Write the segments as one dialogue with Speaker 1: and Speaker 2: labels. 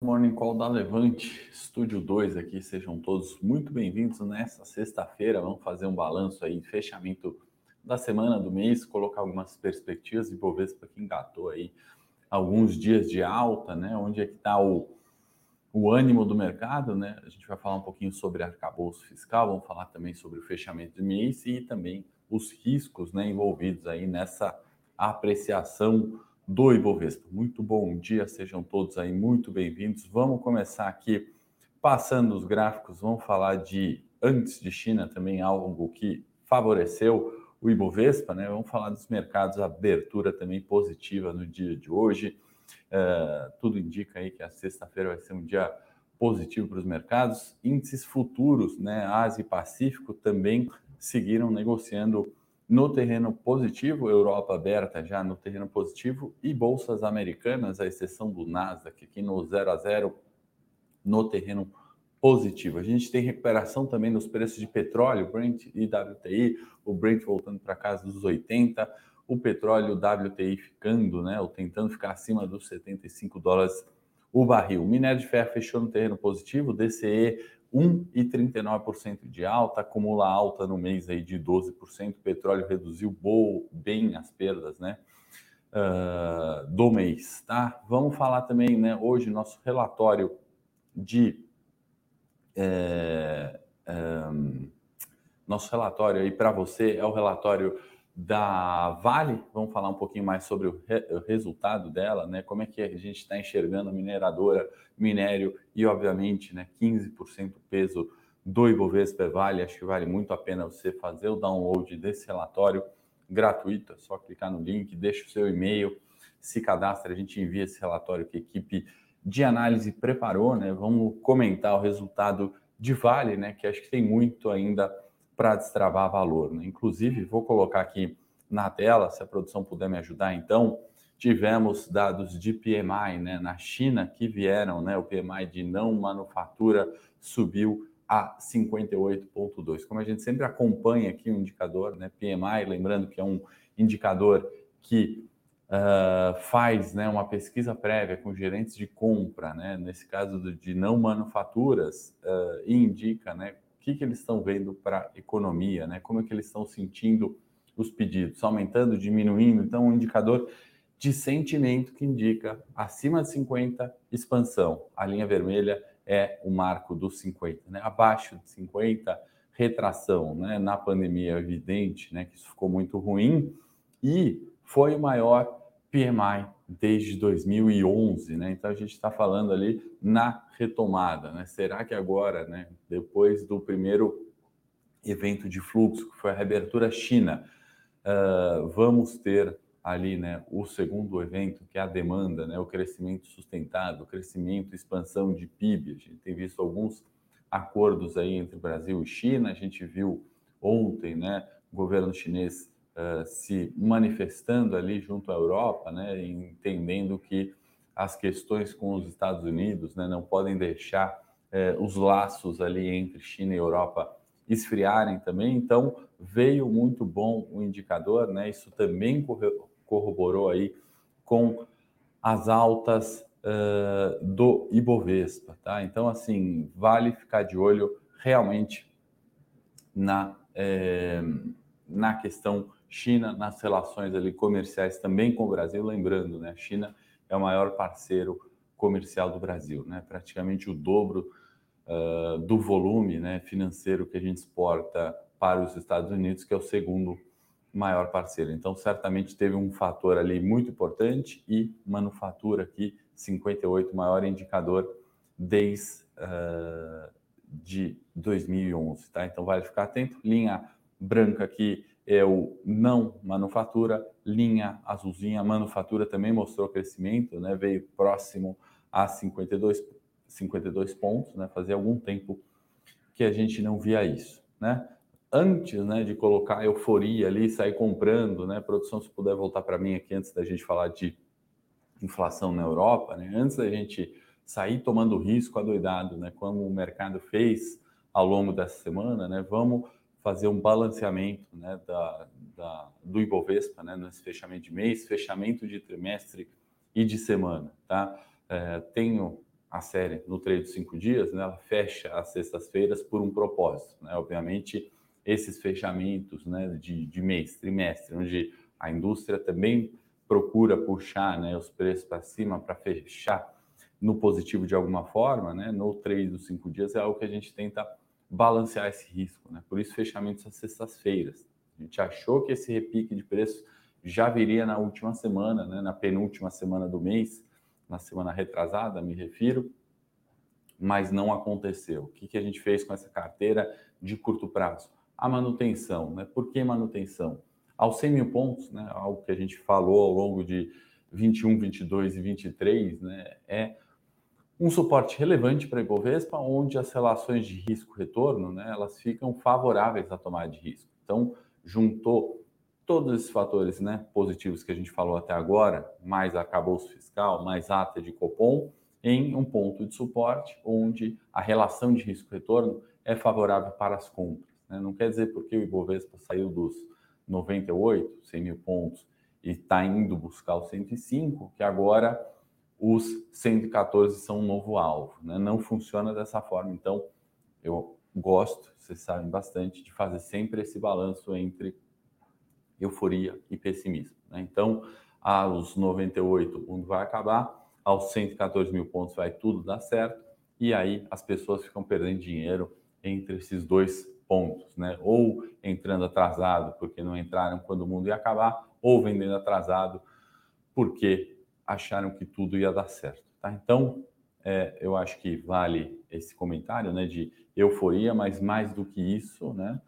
Speaker 1: Morning Call da Levante, Estúdio 2 aqui, sejam todos muito bem-vindos nessa sexta-feira. Vamos fazer um balanço aí, fechamento da semana, do mês, colocar algumas perspectivas de Bovespa que engatou aí alguns dias de alta, né? Onde é que está o ânimo do mercado, né? A gente vai falar um pouquinho sobre arcabouço fiscal, vamos falar também sobre o fechamento do mês e também os riscos, né, envolvidos aí nessa apreciação do Ibovespa. Muito bom dia, sejam todos aí muito bem-vindos. Vamos começar aqui passando os gráficos, vamos falar de, antes de China, também algo que favoreceu o Ibovespa, né? Vamos falar dos mercados, abertura também positiva no dia de hoje. Tudo indica aí que a sexta-feira vai ser um dia positivo para os mercados. Índices futuros, né, Ásia e Pacífico, também seguiram negociando no terreno positivo, Europa aberta já no terreno positivo e bolsas americanas, à exceção do Nasdaq, aqui no 0 a 0 no terreno positivo. A gente tem recuperação também nos preços de petróleo, Brent e WTI, o Brent voltando para casa dos 80, o petróleo WTI ficando, né, ou tentando ficar acima dos $75 o barril. O minério de ferro fechou no terreno positivo, DCE 1,39% de alta, acumula alta no mês aí de 12%, o petróleo reduziu bem as perdas, né, do mês, tá? Vamos falar também, né, hoje nosso relatório de nosso relatório aí para você é o relatório da Vale. Vamos falar um pouquinho mais sobre o resultado dela, né? Como é que a gente está enxergando a mineradora, minério e, obviamente, né, 15% peso do Ibovespa é Vale. Acho que vale muito a pena você fazer o download desse relatório gratuito. É só clicar no link, deixa o seu e-mail, se cadastra, a gente envia esse relatório que a equipe de análise preparou, né? Vamos comentar o resultado de Vale, né? Que acho que tem muito ainda para destravar valor, né? Inclusive, vou colocar aqui na tela, se a produção puder me ajudar, então, tivemos dados de PMI, né, na China que vieram, né? O PMI de não manufatura subiu a 58,2. Como a gente sempre acompanha aqui o indicador, né, PMI, lembrando que é um indicador que faz, né, uma pesquisa prévia com gerentes de compra, né, nesse caso de não manufaturas, e indica, né, o que eles estão vendo para a economia, né, como é que eles estão sentindo os pedidos, aumentando, diminuindo. Então, um indicador de sentimento que indica acima de 50, expansão. A linha vermelha é o marco dos 50, né, abaixo de 50, retração, né, na pandemia é evidente, né, que isso ficou muito ruim e foi o maior PMI desde 2011, né? Então a gente está falando ali na retomada, né? Será que agora, né, depois do primeiro evento de fluxo, que foi a reabertura China, vamos ter ali, né, o segundo evento, que é a demanda, né, o crescimento sustentável, o crescimento, expansão de PIB. A gente tem visto alguns acordos aí entre Brasil e China. A gente viu ontem, né, o governo chinês se manifestando ali junto à Europa, né, entendendo que as questões com os Estados Unidos, né, não podem deixar os laços ali entre China e Europa esfriarem também. Então, veio muito bom o indicador, né? Isso também corroborou aí com as altas do Ibovespa, tá? Então, assim, vale ficar de olho realmente na questão China, nas relações ali comerciais também com o Brasil, lembrando, né, a China é o maior parceiro comercial do Brasil, né, praticamente o dobro do volume, né, financeiro que a gente exporta para os Estados Unidos, que é o segundo maior parceiro. Então, certamente teve um fator ali muito importante e manufatura aqui, 58, maior indicador desde de 2011, tá? Então, vale ficar atento. Linha branca aqui é o não manufatura, linha azulzinha, manufatura também mostrou crescimento, né? Veio próximo a 52 pontos, né? Fazia algum tempo que a gente não via isso, né? Antes, né, de colocar euforia ali, sair comprando, né? Produção, se puder voltar para mim aqui antes da gente falar de inflação na Europa, né? Antes da gente sair tomando risco adoidado, né? Como o mercado fez ao longo dessa semana, né? Vamos fazer um balanceamento, né, do Ibovespa, né, nesse fechamento de mês, fechamento de trimestre e de semana, tá? Tenho a série no trade de 5 dias, né, ela fecha as sextas-feiras por um propósito, né? Obviamente, esses fechamentos, né, de mês, trimestre, onde a indústria também procura puxar, né, os preços para cima para fechar no positivo de alguma forma, né, no trade dos 5 dias é algo que a gente tenta balancear esse risco, né? Por isso, fechamentos às sextas-feiras. A gente achou que esse repique de preço já viria na última semana, né, na penúltima semana do mês, na semana retrasada, me refiro, mas não aconteceu. O que a gente fez com essa carteira de curto prazo? A manutenção, né? Por que manutenção? Aos 100 mil pontos, né, algo que a gente falou ao longo de 21, 22 e 23, né, é um suporte relevante para a Ibovespa, onde as relações de risco-retorno, né, elas ficam favoráveis à tomada de risco. Então, juntou todos esses fatores, né, positivos que a gente falou até agora, mais arcabouço fiscal, mais ata de Copom, em um ponto de suporte, onde a relação de risco-retorno é favorável para as compras, né? Não quer dizer porque o Ibovespa saiu dos 98, 100 mil pontos, e está indo buscar os 105, que agora os 114 são um novo alvo, né? Não funciona dessa forma. Então, eu gosto, vocês sabem bastante, de fazer sempre esse balanço entre euforia e pessimismo, né? Então, aos 98 o mundo vai acabar, aos 114 mil pontos vai tudo dar certo, e aí as pessoas ficam perdendo dinheiro entre esses dois pontos, né? Ou entrando atrasado porque não entraram quando o mundo ia acabar, ou vendendo atrasado porque acharam que tudo ia dar certo, tá? Então, eu acho que vale esse comentário, né, de euforia, mas mais do que isso, né,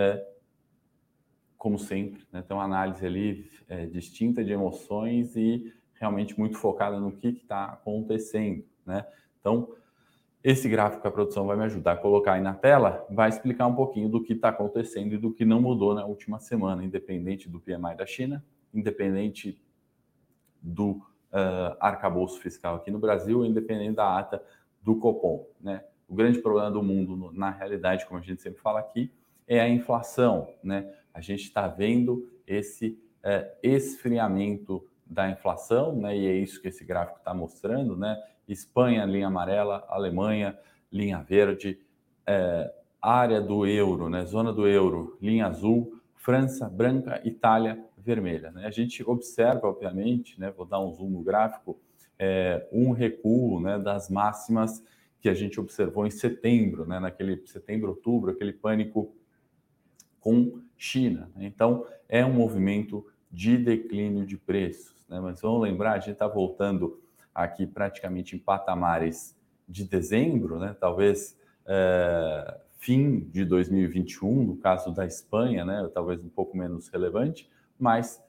Speaker 1: como sempre, né, tem uma análise ali distinta de emoções e realmente muito focada no que está acontecendo, né? Então, esse gráfico que a produção vai me ajudar a colocar aí na tela vai explicar um pouquinho do que está acontecendo e do que não mudou na última semana, independente do PMI da China, independente do arcabouço fiscal aqui no Brasil, independente da ata do Copom, né? O grande problema do mundo, na realidade, como a gente sempre fala aqui, é a inflação, né? A gente está vendo esse esfriamento da inflação, né? E é isso que esse gráfico está mostrando, né? Espanha, linha amarela, Alemanha, linha verde, área do euro, né? Zona do euro, linha azul, França, branca, Itália, vermelha, né? A gente observa, obviamente, né? Vou dar um zoom no gráfico, um recuo, né, das máximas que a gente observou em setembro, né? Naquele setembro, outubro, aquele pânico com China, né? Então, é um movimento de declínio de preços, né? Mas vamos lembrar, a gente está voltando aqui praticamente em patamares de dezembro, né? Talvez fim de 2021, no caso da Espanha, né? Talvez um pouco menos relevante, mas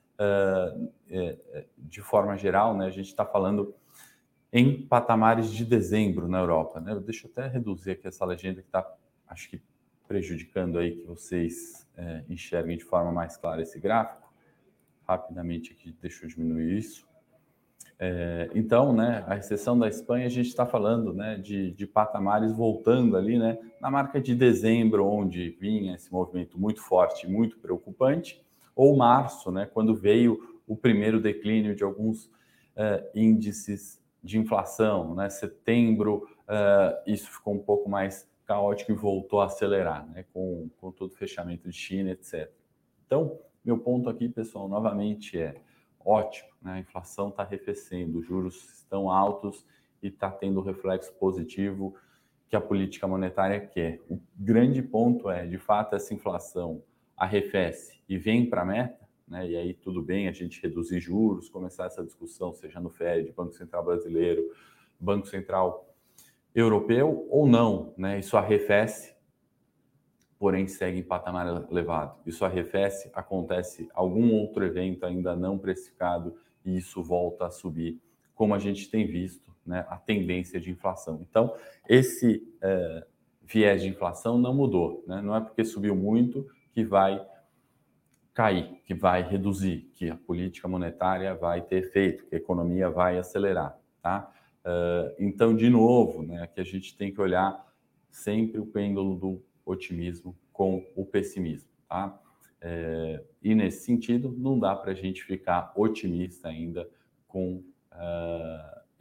Speaker 1: de forma geral, né? A gente está falando em patamares de dezembro na Europa, né? Deixa eu até reduzir aqui essa legenda que está, acho que prejudicando aí que vocês enxerguem de forma mais clara esse gráfico. Rapidamente aqui, deixa eu diminuir isso. Então, né, a exceção da Espanha, a gente está falando, né, de patamares voltando ali, né, na marca de dezembro, onde vinha esse movimento muito forte, muito preocupante, ou março, né, quando veio o primeiro declínio de alguns índices de inflação, né, setembro, isso ficou um pouco mais caótico e voltou a acelerar, né, com todo o fechamento de China, etc. Então, meu ponto aqui, pessoal, novamente ótimo, né? A inflação está arrefecendo, os juros estão altos e está tendo o reflexo positivo que a política monetária quer. O grande ponto é, de fato, essa inflação arrefece e vem para a meta, né? E aí tudo bem a gente reduzir juros, começar essa discussão, seja no Fed, Banco Central Brasileiro, Banco Central Europeu ou não, né? Isso arrefece, porém segue em patamar elevado. Isso arrefece, acontece algum outro evento ainda não precificado e isso volta a subir, como a gente tem visto, né, a tendência de inflação. Então, esse viés de inflação não mudou, né? Não é porque subiu muito que vai cair, que vai reduzir, que a política monetária vai ter efeito, que a economia vai acelerar, tá? Então, de novo, né, aqui a gente tem que olhar sempre o pêndulo do otimismo com o pessimismo, tá? E nesse sentido, não dá para a gente ficar otimista ainda com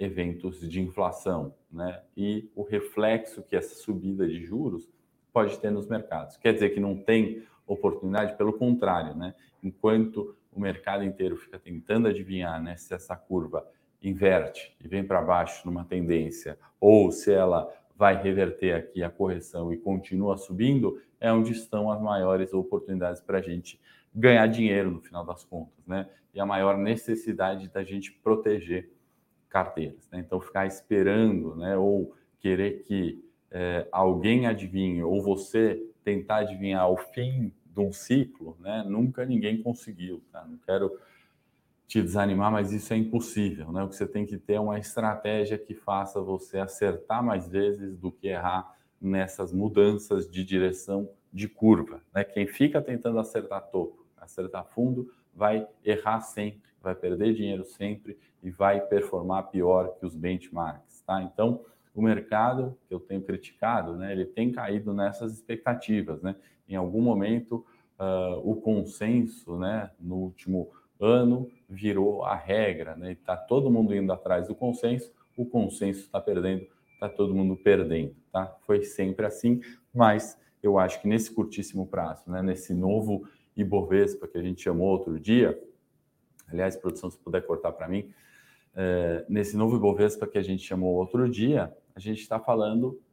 Speaker 1: eventos de inflação, né? E o reflexo que essa subida de juros pode ter nos mercados. Quer dizer que não tem oportunidade? Pelo contrário, né? Enquanto o mercado inteiro fica tentando adivinhar, né, se essa curva inverte e vem para baixo numa tendência, ou se ela vai reverter aqui a correção e continua subindo, é onde estão as maiores oportunidades para a gente ganhar dinheiro no final das contas, né? E a maior necessidade da gente proteger carteiras, né? Então, ficar esperando, né, ou querer que alguém adivinhe, ou você tentar adivinhar o fim de um ciclo, né? Nunca ninguém conseguiu, tá? Não quero te desanimar, mas isso é impossível, né? O que você tem que ter é uma estratégia que faça você acertar mais vezes do que errar nessas mudanças de direção de curva, né? Quem fica tentando acertar topo, acertar fundo, vai errar sempre, vai perder dinheiro sempre e vai performar pior que os benchmarks, tá? Então, o mercado, que eu tenho criticado, né, ele tem caído nessas expectativas, né? Em algum momento, o consenso, né, no último ano virou a regra, né? Está todo mundo indo atrás do consenso, o consenso está perdendo, está todo mundo perdendo, tá? Foi sempre assim, mas eu acho que nesse curtíssimo prazo, né, nesse novo Ibovespa que a gente chamou outro dia, aliás, produção, se puder cortar para mim, nesse novo Ibovespa que a gente chamou outro dia, a gente está falando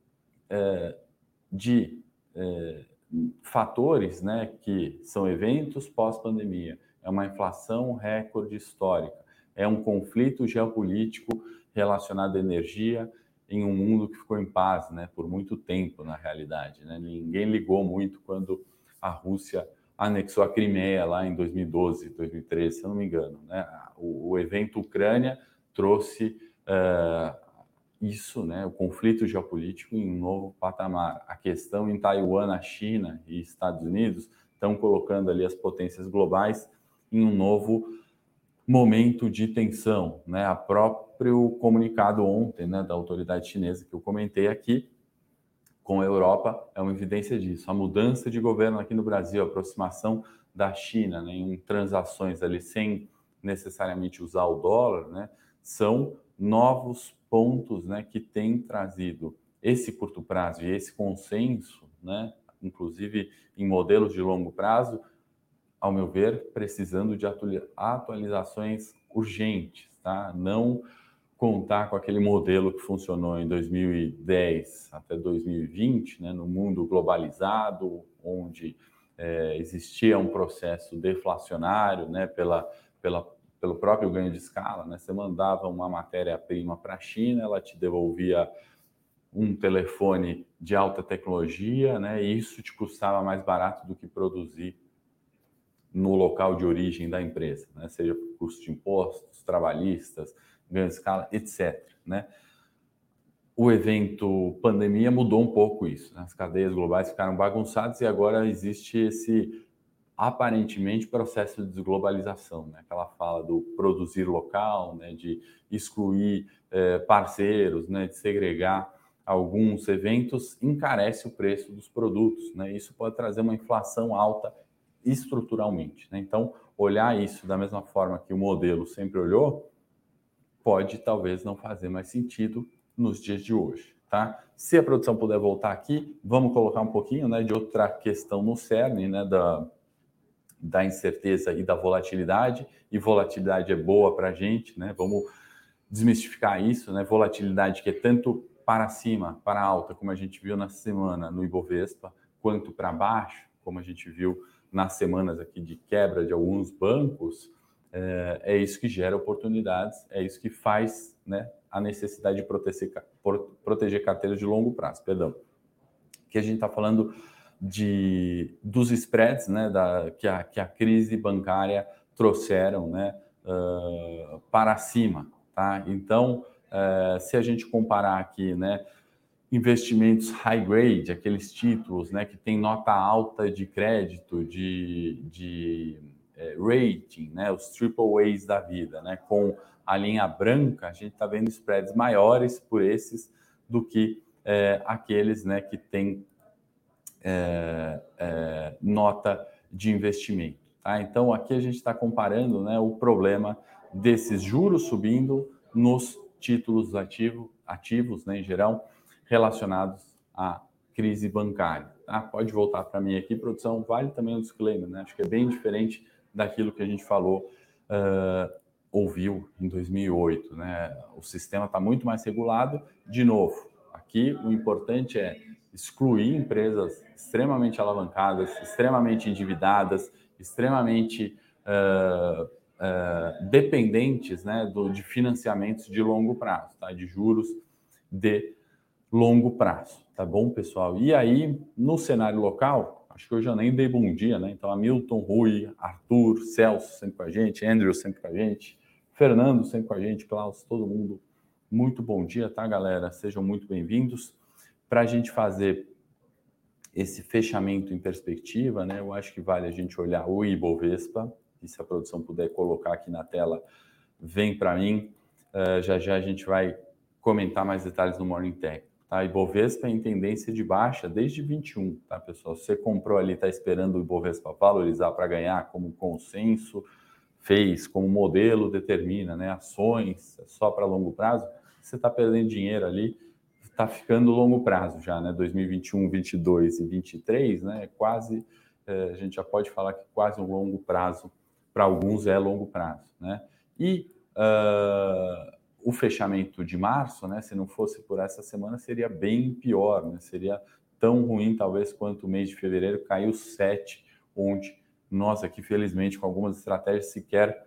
Speaker 1: de fatores, né, que são eventos pós-pandemia, é uma inflação recorde histórica, é um conflito geopolítico relacionado à energia em um mundo que ficou em paz, né, por muito tempo, na realidade, né? Ninguém ligou muito quando a Rússia anexou a Crimeia lá em 2012, 2013, se eu não me engano, né? O evento Ucrânia trouxe isso, né, o conflito geopolítico em um novo patamar. A questão em Taiwan, a China e Estados Unidos estão colocando ali as potências globais em um novo momento de tensão, né? A próprio comunicado ontem, né, da autoridade chinesa que eu comentei aqui com a Europa é uma evidência disso. A mudança de governo aqui no Brasil, a aproximação da China, né, em transações ali sem necessariamente usar o dólar, né, são novos pontos, né, que têm trazido esse curto prazo e esse consenso, né, inclusive em modelos de longo prazo, ao meu ver, precisando de atualizações urgentes, tá? Não contar com aquele modelo que funcionou em 2010 até 2020, né, no mundo globalizado, onde existia um processo deflacionário, né, pelo próprio ganho de escala, né? Você mandava uma matéria-prima para a China, ela te devolvia um telefone de alta tecnologia, né, e isso te custava mais barato do que produzir no local de origem da empresa, né? Seja por custo de impostos, trabalhistas, ganho de escala, etc. Né? O evento pandemia mudou um pouco isso, né? As cadeias globais ficaram bagunçadas e agora existe esse aparentemente processo de desglobalização, né? Aquela fala do produzir local, né? De excluir parceiros, né? De segregar alguns eventos, encarece o preço dos produtos, né? Isso pode trazer uma inflação alta estruturalmente, né? Então, olhar isso da mesma forma que o modelo sempre olhou, pode talvez não fazer mais sentido nos dias de hoje, tá? Se a produção puder voltar aqui, vamos colocar um pouquinho, né, de outra questão no cerne, né, da incerteza e da volatilidade, e volatilidade é boa para a gente, né? Vamos desmistificar isso, né? Volatilidade que é tanto para cima, para alta, como a gente viu na semana no Ibovespa, quanto para baixo, como a gente viu nas semanas aqui de quebra de alguns bancos, é isso que gera oportunidades, é isso que faz, né, a necessidade de proteger carteiras de longo prazo, perdão. Que a gente está falando dos spreads, né, que a crise bancária trouxeram, né, para cima, tá? Então, se a gente comparar aqui, né, investimentos high grade, aqueles títulos, né, que tem nota alta de crédito, de rating, né, os triple A's da vida, né, com a linha branca, a gente está vendo spreads maiores por esses do que aqueles, né, que tem nota de investimento. Tá? Então, aqui a gente está comparando, né, o problema desses juros subindo nos títulos ativos, né, em geral, relacionados à crise bancária. Tá? Pode voltar para mim aqui, produção. Vale também um disclaimer, né? Acho que é bem diferente daquilo que a gente falou, ouviu em 2008. Né? O sistema está muito mais regulado. De novo, aqui o importante é excluir empresas extremamente alavancadas, extremamente endividadas, extremamente dependentes, né, de financiamentos de longo prazo, tá? De juros de longo prazo, tá bom, pessoal? E aí, no cenário local, acho que eu já nem dei bom dia, né? Então, Hamilton, Rui, Arthur, Celso sempre com a gente, Andrew sempre com a gente, Fernando sempre com a gente, Klaus, todo mundo, muito bom dia, tá, galera? Sejam muito bem-vindos. Para a gente fazer esse fechamento em perspectiva, né? Eu acho que vale a gente olhar o Ibovespa, e se a produção puder colocar aqui na tela, vem para mim. Já já a gente vai comentar mais detalhes no Morning Tech. Tá? Ibovespa em tendência de baixa desde 21, tá, pessoal? Se você comprou ali, está esperando o Ibovespa valorizar para ganhar como consenso, fez como modelo, determina, né? Ações só para longo prazo, você está perdendo dinheiro ali, está ficando longo prazo já, né? 2021, 22 e 23, né? Quase, a gente já pode falar que quase um longo prazo, para alguns é longo prazo, né? E o fechamento de março, né, se não fosse por essa semana, seria bem pior, né? Seria tão ruim, talvez, quanto o mês de fevereiro, caiu 7, onde nós aqui, felizmente, com algumas estratégias, sequer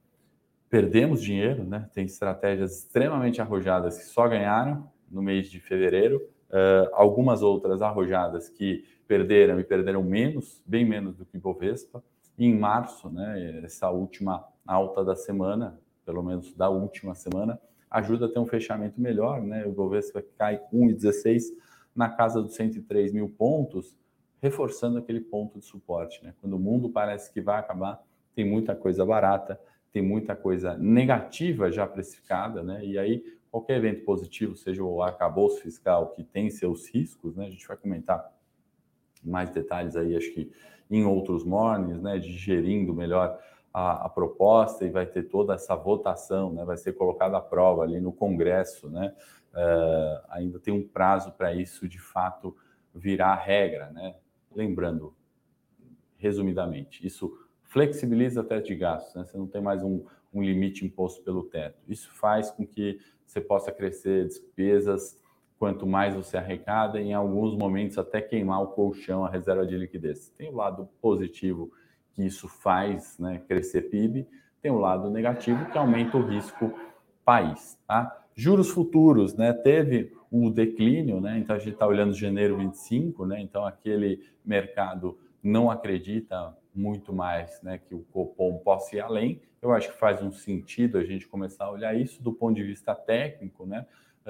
Speaker 1: perdemos dinheiro, né? Tem estratégias extremamente arrojadas que só ganharam no mês de fevereiro, algumas outras arrojadas que perderam e perderam menos, bem menos do que o Bovespa. E em março, né, essa última alta da semana, pelo menos da última semana, ajuda a ter um fechamento melhor, né? O Bovespa cai 1,16 na casa dos 103 mil pontos, reforçando aquele ponto de suporte, né? Quando o mundo parece que vai acabar, tem muita coisa barata, tem muita coisa negativa já precificada, né? E aí qualquer evento positivo, seja o arcabouço fiscal, que tem seus riscos, né? A gente vai comentar mais detalhes aí, acho que em outros mornings, né? Digerindo melhor a proposta, e vai ter toda essa votação, né? Vai ser colocada à prova ali no Congresso, né? Ainda tem um prazo para isso de fato virar regra, né? Lembrando, resumidamente, isso flexibiliza o teto de gastos, né? Você não tem mais um limite imposto pelo teto. Isso faz com que você possa crescer despesas quanto mais você arrecada, e em alguns momentos até queimar o colchão, a reserva de liquidez. Tem o lado positivo que isso faz, né, crescer PIB, tem o lado negativo que aumenta o risco país. Tá? Juros futuros, né, teve o declínio, né, então a gente está olhando janeiro 25, né, então aquele mercado não acredita muito mais, né, que o Copom possa ir além. Eu acho que faz um sentido a gente começar a olhar isso do ponto de vista técnico, né?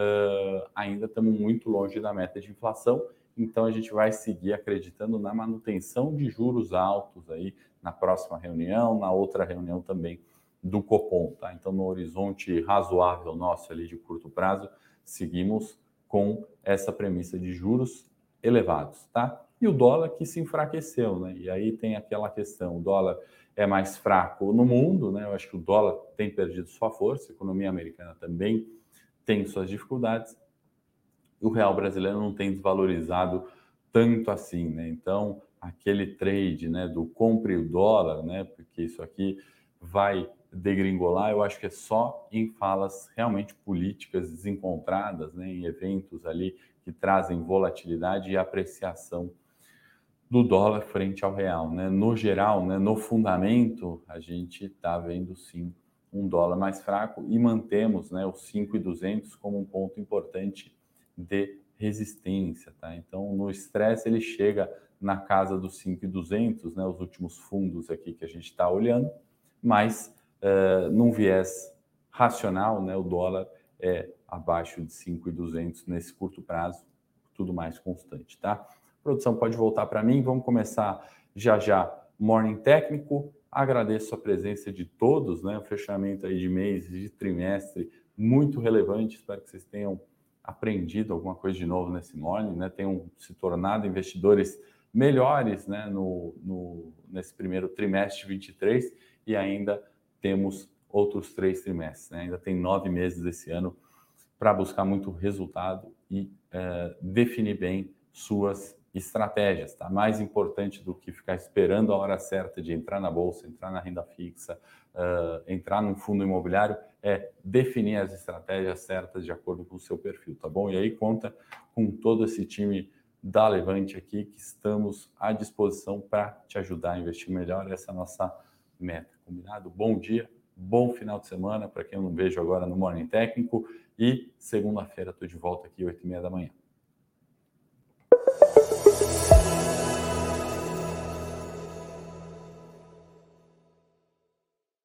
Speaker 1: Ainda estamos muito longe da meta de inflação, então a gente vai seguir acreditando na manutenção de juros altos aí na próxima reunião, na outra reunião também do Copom, tá? Então, no horizonte razoável nosso ali de curto prazo, seguimos com essa premissa de juros elevados, tá? E o dólar que se enfraqueceu, né? E aí tem aquela questão, o dólar é mais fraco no mundo, né? Eu acho que o dólar tem perdido sua força, a economia americana também tem suas dificuldades, e o real brasileiro não tem desvalorizado tanto assim, né? Então, aquele trade, né, do compre o dólar, né, porque isso aqui vai degringolar, eu acho que é só em falas realmente políticas desencontradas, né, em eventos ali que trazem volatilidade e apreciação do dólar frente ao real, né? No geral, né, no fundamento, a gente está vendo sim um dólar mais fraco e mantemos, né, o 5.200 como um ponto importante de resistência, tá? Então, no estresse ele chega na casa dos 5.200, né, os últimos fundos aqui que a gente está olhando, mas num viés racional, né, o dólar é abaixo de 5.200 nesse curto prazo, tudo mais constante, tá? Produção, pode voltar para mim. Vamos começar já já Morning Técnico. Agradeço a presença de todos, né? O fechamento aí de mês, de trimestre, muito relevante. Espero que vocês tenham aprendido alguma coisa de novo nesse Morning, né? Tenham se tornado investidores melhores, né? Nesse primeiro trimestre de 23, e ainda temos outros 3 trimestres, né? Ainda tem 9 meses esse ano para buscar muito resultado e definir bem suas estratégias, tá? Mais importante do que ficar esperando a hora certa de entrar na bolsa, entrar na renda fixa, entrar num fundo imobiliário, é definir as estratégias certas de acordo com o seu perfil, tá bom? E aí conta com todo esse time da Levante aqui, que estamos à disposição para te ajudar a investir melhor. Essa é a nossa meta, combinado? Bom dia, bom final de semana, para quem eu não vejo agora no Morning Técnico, e segunda-feira estou de volta aqui, 8h30 da manhã.